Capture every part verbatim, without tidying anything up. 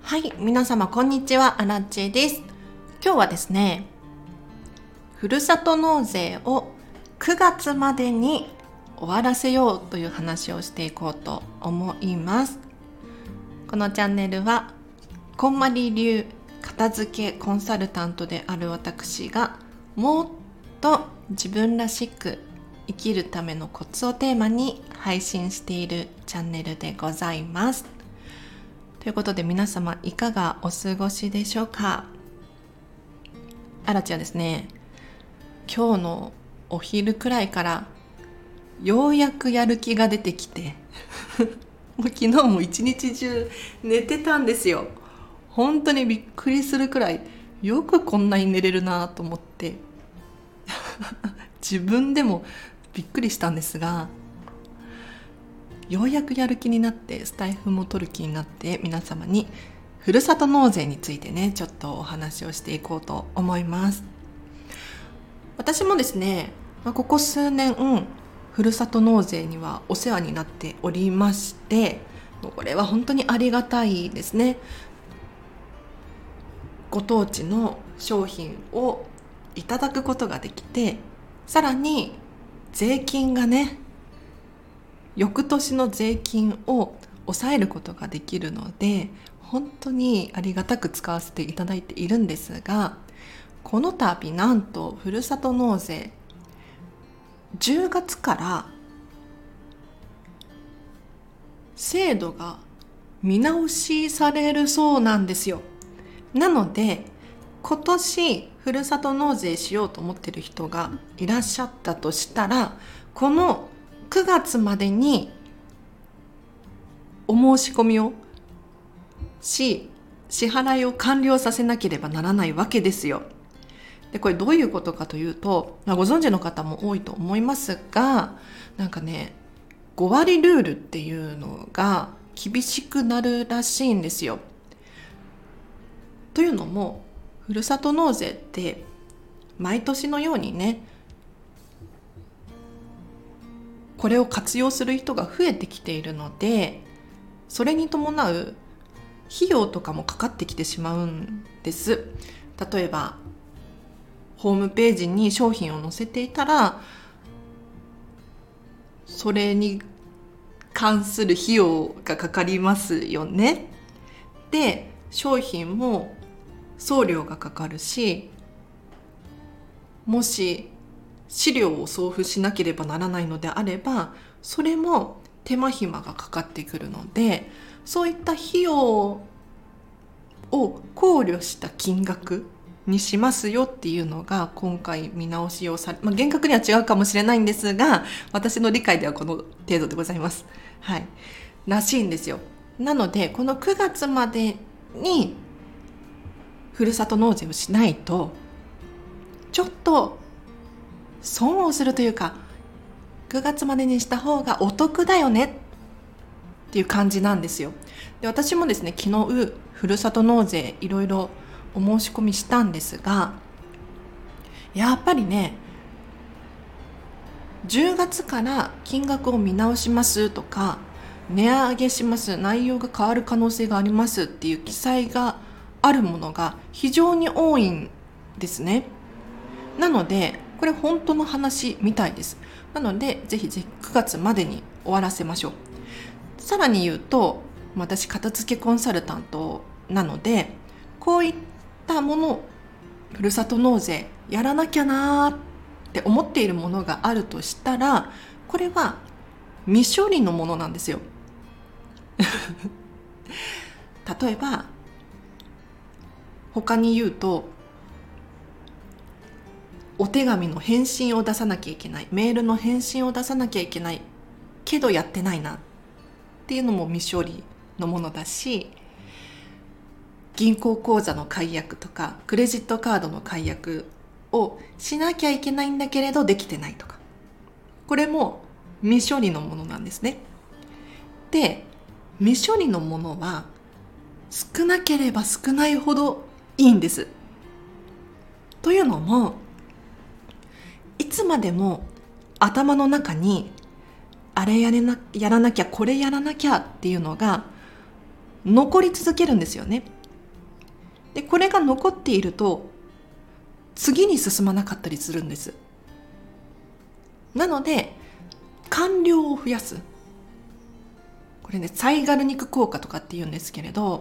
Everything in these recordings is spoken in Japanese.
はい、皆様こんにちは、アラチェです。今日はですね、ふるさと納税をくがつまでに終わらせようという話をしていこうと思います。このチャンネルはこんまり流片付けコンサルタントである私がもっと自分らしく生きるためのコツをテーマに配信しているチャンネルでございます。ということで皆様いかがお過ごしでしょうか。あらちはですね、今日のお昼くらいからようやくやる気が出てきてもう昨日も一日中寝てたんですよ。本当にびっくりするくらいよくこんなに寝れるなと思って自分でもびっくりしたんですが、ようやくやる気になってスタイフも取る気になって皆様にふるさと納税についてねちょっとお話をしていこうと思います。私もですね、ここ数年ふるさと納税にはお世話になっておりまして、これは本当にありがたいですね。ご当地の商品をいただくことができて、さらに税金がね翌年の税金を抑えることができるので、本当にありがたく使わせていただいているんですが、この度なんとふるさと納税じゅうがつから制度が見直しされるそうなんですよ。なので今年ふるさと納税しようと思っている人がいらっしゃったとしたら、このくがつまでにお申し込みをし、支払いを完了させなければならないわけですよ。で、これどういうことかというと、まあ、ご存知の方も多いと思いますが、なんかね、ごわりルールっていうのが厳しくなるらしいんですよ。というのも、ふるさと納税って毎年のようにね、これを活用する人が増えてきているので、それに伴う費用とかもかかってきてしまうんです。例えばホームページに商品を載せていたら、それに関する費用がかかりますよね。で、商品も送料がかかるし、もし資料を送付しなければならないのであれば、それも手間暇がかかってくるので、そういった費用を考慮した金額にしますよっていうのが今回見直しをされ、まあ、厳格には違うかもしれないんですが、私の理解ではこの程度でございます。はい。らしいんですよ。なのでこのくがつまでにふるさと納税をしないとちょっと損をするというか、くがつまでにした方がお得だよねっていう感じなんですよ。で、私もですね、昨日ふるさと納税いろいろお申し込みしたんですが、やっぱりね、じゅうがつから金額を見直しますとか、値上げします、内容が変わる可能性がありますっていう記載があるものが非常に多いんですね。なのでこれ本当の話みたいです。なのでぜひぜひくがつまでに終わらせましょう。さらに言うと、私片付けコンサルタントなので、こういったもの、ふるさと納税やらなきゃなーって思っているものがあるとしたら、これは未処理のものなんですよ例えば他に言うと、お手紙の返信を出さなきゃいけない、メールの返信を出さなきゃいけないけどやってないなっていうのも未処理のものだし、銀行口座の解約とかクレジットカードの解約をしなきゃいけないんだけれどできてないとか、これも未処理のものなんですね。で、未処理のものは少なければ少ないほどいいんです。というのも、いつまでも頭の中にあれやれな、やらなきゃ、これやらなきゃっていうのが残り続けるんですよね。 でこれが残っていると次に進まなかったりするんです。なので官僚を増やす、これねサイガルニク効果とかって言うんですけれど、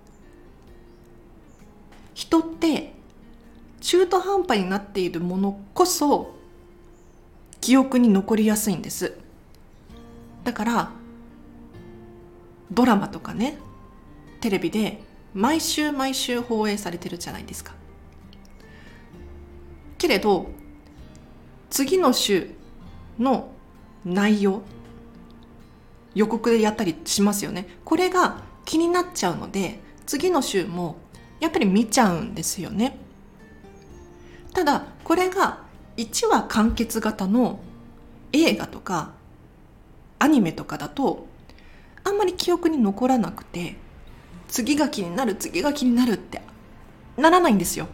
人って中途半端になっているものこそ記憶に残りやすいんです。だからドラマとかね、テレビで毎週毎週放映されてるじゃないですか。けれど次の週の内容予告でやったりしますよね。これが気になっちゃうので次の週もやっぱり見ちゃうんですよね。ただこれがいちわ完結型の映画とかアニメとかだとあんまり記憶に残らなくて、次が気になる次が気になるってならないんですよ。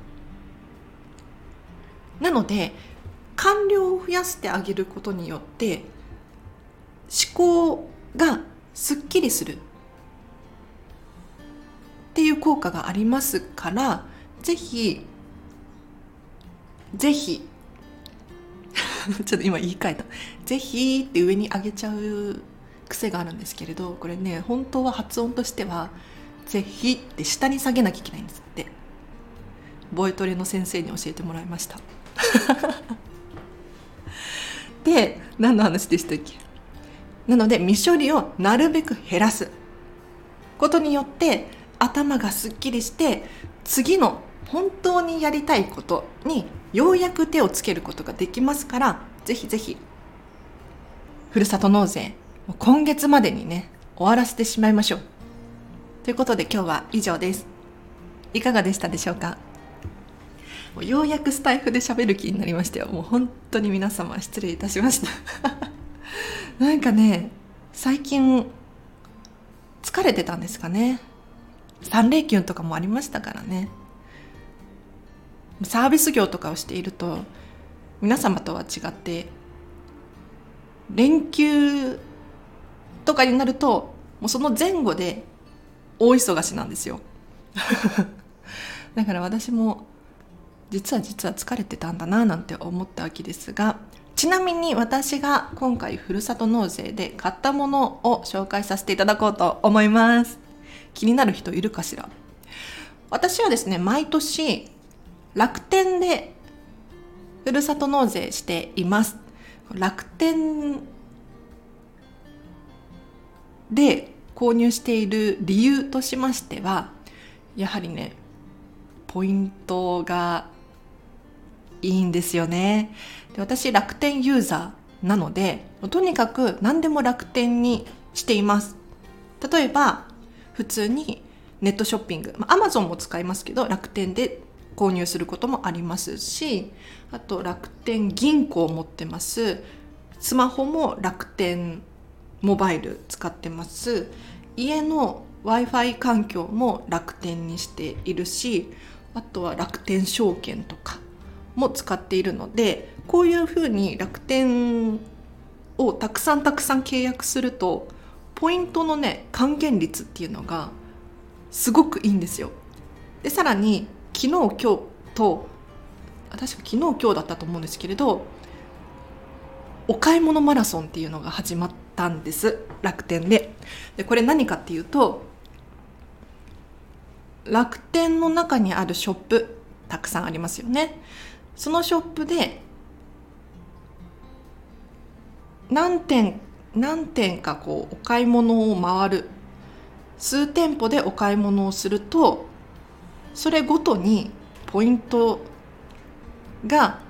なので官僚を増やしてあげることによって思考がすっきりするっていう効果がありますから、ぜひぜひちょっと今言い換えたぜひって上に上げちゃう癖があるんですけれど、これね本当は発音としてはぜひって下に下げなきゃいけないんですって。ボイトレの先生に教えてもらいましたで何の話でしたっけ。なので未処理をなるべく減らすことによって頭がすっきりして、次の本当にやりたいことにようやく手をつけることができますから、ぜひぜひふるさと納税今月までにね終わらせてしまいましょう。ということで今日は以上です。いかがでしたでしょうか。もうようやくスタイフで喋る気になりましたよ。もう本当に皆様失礼いたしましたなんかね最近疲れてたんですかね。さん連休とかもありましたからね。サービス業とかをしていると皆様とは違って連休とかになるともうその前後で大忙しなんですよだから私も実は実は疲れてたんだななんて思ったわけですが、ちなみに私が今回ふるさと納税で買ったものを紹介させていただこうと思います。気になる人いるかしら。私はですね毎年楽天でふるさと納税しています。楽天で購入している理由としましては、やはりねポイントがいいんですよね。で私楽天ユーザーなのでとにかく何でも楽天にしています。例えば普通にネットショッピング、まあ、Amazon も使いますけど楽天で購入することもありますし、あと楽天銀行を持ってます。スマホも楽天モバイル使ってます。家の Wi-Fi 環境も楽天にしているし、あとは楽天証券とかも使っているので、こういうふうに楽天をたくさんたくさん契約するとポイントのね還元率っていうのがすごくいいんですよ。でさらに昨日今日と確か昨日今日だったと思うんですけれど、お買い物マラソンっていうのが始まったんです、楽天で。でこれ何かっていうと、楽天の中にあるショップたくさんありますよね。そのショップで何店何店かこうお買い物を回る、数店舗でお買い物をするとそれごとにポイントが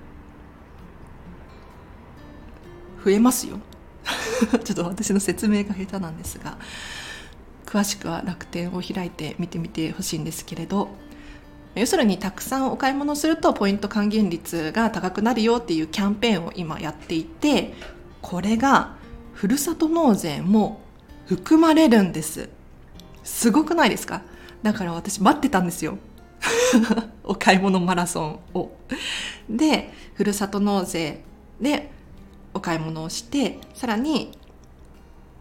増えますよちょっと私の説明が下手なんですが、詳しくは楽天を開いて見てみてほしいんですけれど、要するにたくさんお買い物するとポイント還元率が高くなるよっていうキャンペーンを今やっていて、これがふるさと納税も含まれるんです。すごくないですか。だから私待ってたんですよお買い物マラソンを。でふるさと納税でお買い物をして、さらに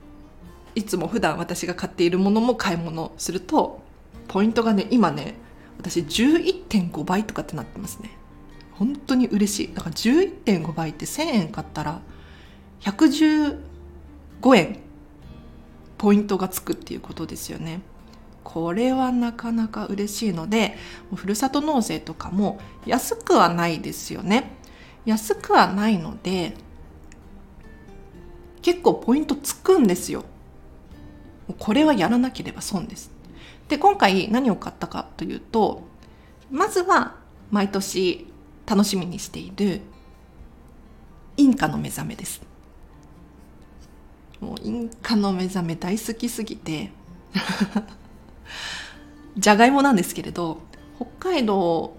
いつも普段私が買っているものも買い物するとポイントがね今ね私 じゅういってんご 倍とかってなってますね。本当に嬉しい。だから じゅういってんご 倍ってせんえん買ったらひゃくじゅうごえんポイントがつくっていうことですよね。これはなかなか嬉しいので、ふるさと納税とかも安くはないですよね。安くはないので結構ポイントつくんですよ。これはやらなければ損です。で、今回何を買ったかというと、まずは毎年楽しみにしているインカの目覚めです。もうインカの目覚め大好きすぎてじゃがいもなんですけれど、北海道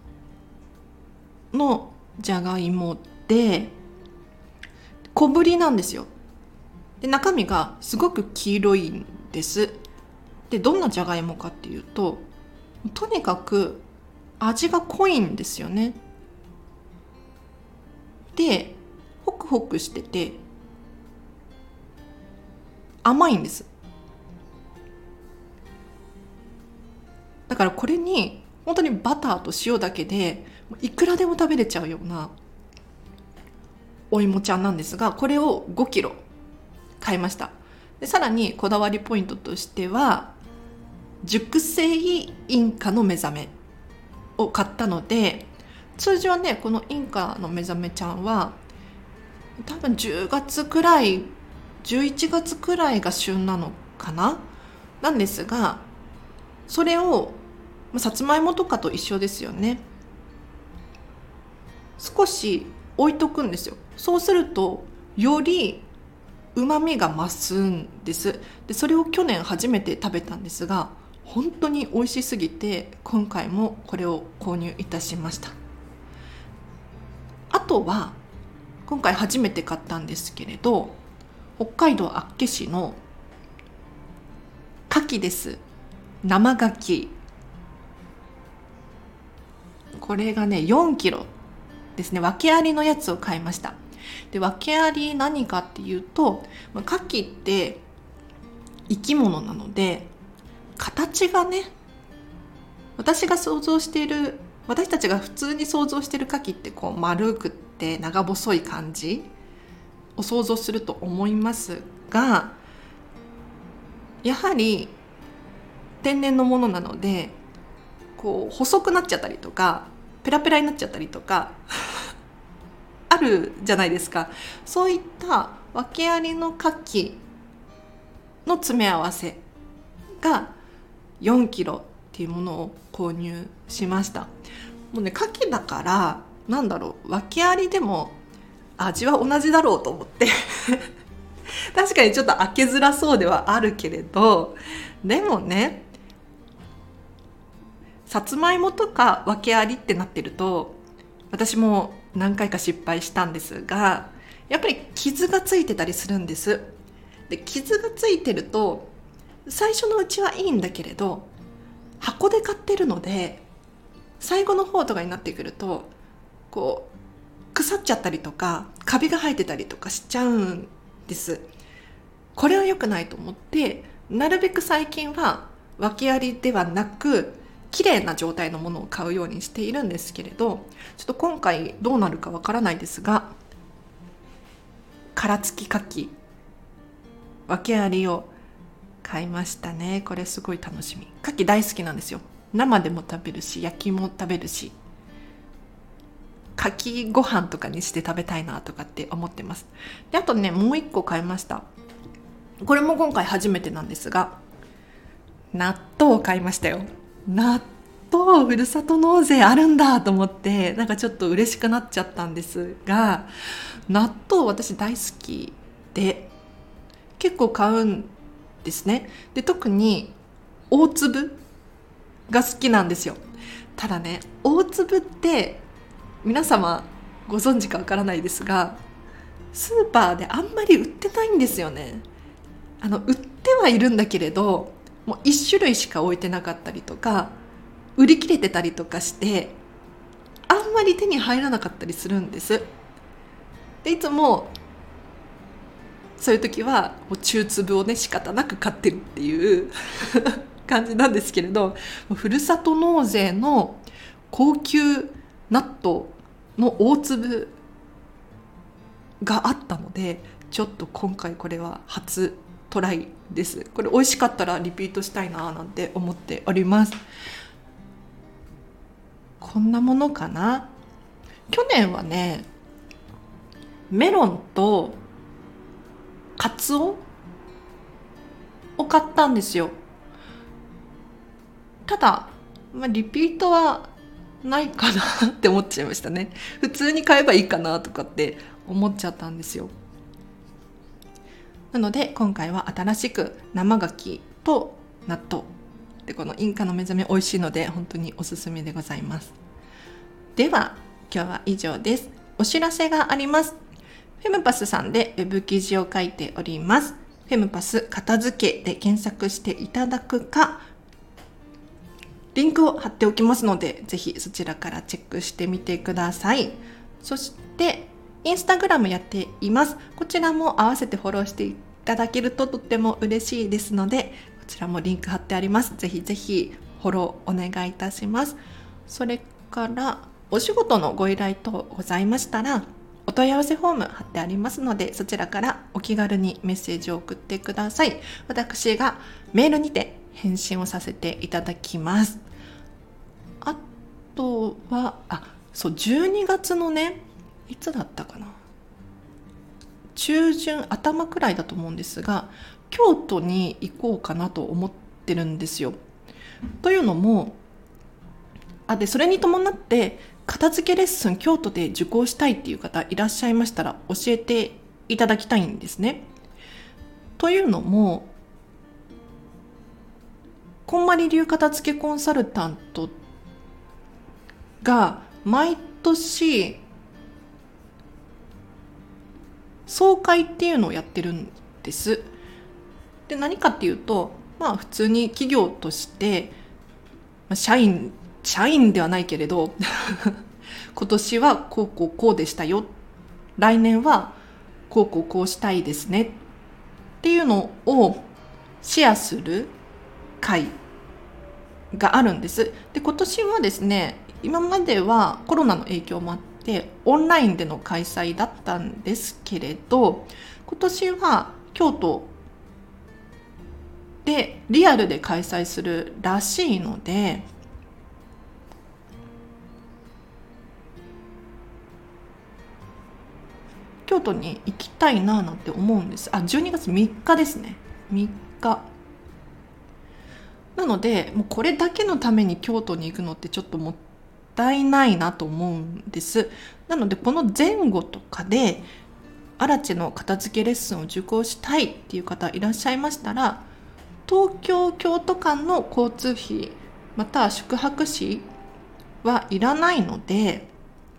のじゃがいもで小ぶりなんですよ。で、中身がすごく黄色いんです。で、どんなじゃがいもかっていうと、とにかく味が濃いんですよね。で、ホクホクしてて甘いんです。だからこれに本当にバターと塩だけでいくらでも食べれちゃうようなお芋ちゃんなんですが、これをごキロ買いました。で、さらにこだわりポイントとしては熟成インカの目覚めを買ったので、通常ねこのインカの目覚めちゃんは多分じゅうがつくらいじゅういちがつくらいが旬なのかな、なんですが、それをさつまいもとかと一緒ですよね。少し置いとくんですよ。そうするとより旨味が増すんです。で、それを去年初めて食べたんですが、本当に美味しすぎて今回もこれを購入いたしました。あとは今回初めて買ったんですけれど、北海道厚岸の牡蠣です。生牡蠣。これがねよんキロですね。訳ありのやつを買いました。で、訳あり何かっていうと、牡蠣って生き物なので形がね、私が想像している、私たちが普通に想像している牡蠣ってこう丸くって長細い感じを想像すると思いますが、やはり天然のものなのでこう細くなっちゃったりとかペラペラになっちゃったりとかあるじゃないですか。そういった訳ありの牡蠣の詰め合わせがよんキロっていうものを購入しました。もうね、牡蠣だからなんだろう、訳ありでも味は同じだろうと思って確かにちょっと開けづらそうではあるけれど、でもね、さつまいもとか訳ありってなってると、私も何回か失敗したんですが、やっぱり傷がついてたりするんです。で、傷がついてると最初のうちはいいんだけれど、箱で買ってるので最後の方とかになってくるとこう腐っちゃったりとかカビが生えてたりとかしちゃうんです。これは良くないと思って、なるべく最近は訳ありではなく綺麗な状態のものを買うようにしているんですけれど、ちょっと今回どうなるかわからないですが、殻付き牡蠣訳ありを買いましたね。これすごい楽しみ。牡蠣大好きなんですよ。生でも食べるし焼きも食べるし、牡蠣ご飯とかにして食べたいなとかって思ってます。で、あとねもう一個買いました。これも今回初めてなんですが、納豆を買いましたよ。納豆ふるさと納税あるんだと思って、なんかちょっと嬉しくなっちゃったんですが、納豆私大好きで結構買うんですね。で、特に大粒が好きなんですよ。ただね、大粒って皆様ご存知かわからないですが、スーパーであんまり売ってないんですよね。あの売ってはいるんだけれど、もう一種類しか置いてなかったりとか売り切れてたりとかしてあんまり手に入らなかったりするんです。で、いつもそういう時はもう中粒をね仕方なく買ってるっていう感じなんですけれど、ふるさと納税の高級納豆の大粒があったので、ちょっと今回これは初トライです。これ美味しかったらリピートしたいななんて思っております。こんなものかな。去年はね、メロンとカツオを買ったんですよ。ただ、まあ、リピートはないかなって思っちゃいましたね。普通に買えばいいかなとかって思っちゃったんですよ。なので今回は新しく生牡蠣と納豆で、このインカの目覚め美味しいので本当におすすめでございます。では今日は以上です。お知らせがあります。フェムパスさんでウェブ記事を書いております。フェムパス片付けで検索していただくか、リンクを貼っておきますので、ぜひそちらからチェックしてみてください。そしてインスタグラムやっています。こちらも合わせてフォローしていただけるととっても嬉しいですので、こちらもリンク貼ってあります。ぜひぜひフォローお願いいたします。それからお仕事のご依頼等ございましたら、お問い合わせフォーム貼ってありますので、そちらからお気軽にメッセージを送ってください。私がメールにて返信をさせていただきます。あとは、あ、そう、じゅうにがつのね、いつだったかな、中旬頭くらいだと思うんですが、京都に行こうかなと思ってるんですよ。というのも、あ、でそれに伴って片付けレッスン京都で受講したいっていう方いらっしゃいましたら教えていただきたいんですね。というのも、こんまり流片付けコンサルタントが毎年総会っていうのをやってるんです。で、何かっていうと、まあ普通に企業として社員社員ではないけれど今年はこうこうこうでしたよ、来年はこうこうこうしたいですねっていうのをシェアする会があるんです。で、今年はですね、今まではコロナの影響もあってオンラインでの開催だったんですけれど、今年は京都でリアルで開催するらしいので、京都に行きたいななんて思うんです。あ、じゅうにがつみっかですね。みっか。なので、もうこれだけのために京都に行くのってちょっともったいないなと思うんです。なので、この前後とかで、アラチェの片付けレッスンを受講したいっていう方いらっしゃいましたら、東京京都間の交通費、または宿泊費はいらないので、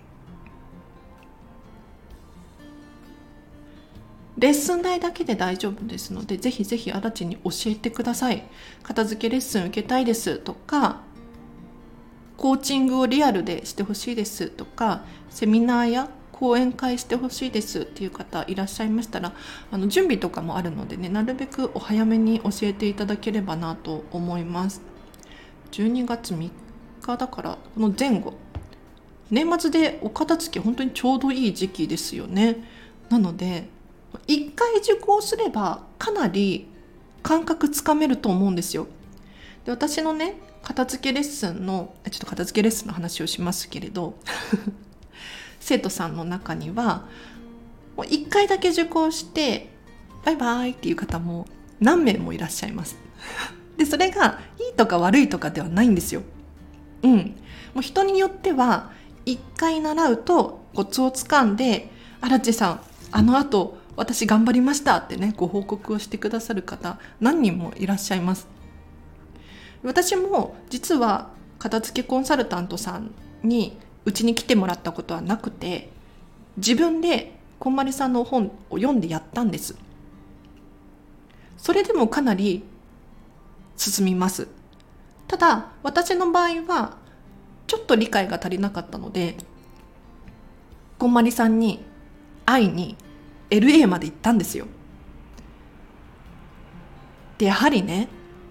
レッスン代だけで大丈夫ですので、ぜひぜひアラチに教えてください。片付けレッスン受けたいですとか、コーチングをリアルでしてほしいですとか、セミナーや講演会してほしいですっていう方いらっしゃいましたら、あの準備とかもあるのでね、なるべくお早めに教えていただければなと思います。じゅうにがつみっかだから、この前後、年末でお片付け本当にちょうどいい時期ですよね。なのでいっかい受講すればかなり感覚つかめると思うんですよ。で、私のね、片付けレッスンのちょっと片付けレッスンの話をしますけれど生徒さんの中にはもういっかいだけ受講してバイバイっていう方も何名もいらっしゃいます。で、それがいいとか悪いとかではないんですよ。うん。もう人によってはいっかい習うとコツをつかんで、アラチェさん、あの後私頑張りましたってね、ご報告をしてくださる方何人もいらっしゃいます。私も実は片付けコンサルタントさんにうちに来てもらったことはなくて、自分でこんまりさんの本を読んでやったんです。それでもかなり進みます。ただ私の場合はちょっと理解が足りなかったので、こんまりさんに会いに エルエー まで行ったんですよ。で、やはりね、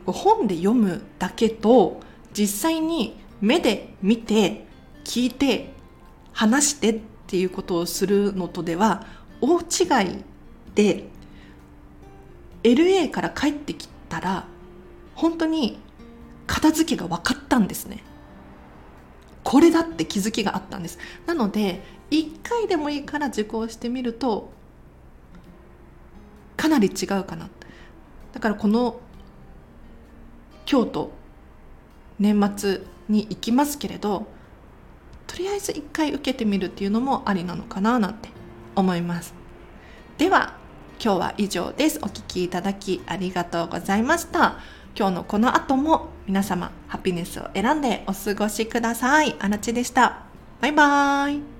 本で読むだけと実際に目で見て聞いて話してっていうことをするのとでは大違いで、 エルエー から帰ってきたら本当に片付けが分かったんですね。これだって気づきがあったんです。なのでいっかいでもいいから受講してみるとかなり違うかな。だからこの京都年末に行きますけれど、とりあえずいっかい受けてみるっていうのもありなのかななんて思います。では今日は以上です。お聞きいただきありがとうございました。今日のこの後も皆様ハピネスを選んでお過ごしください。あらちでした。バイバーイ。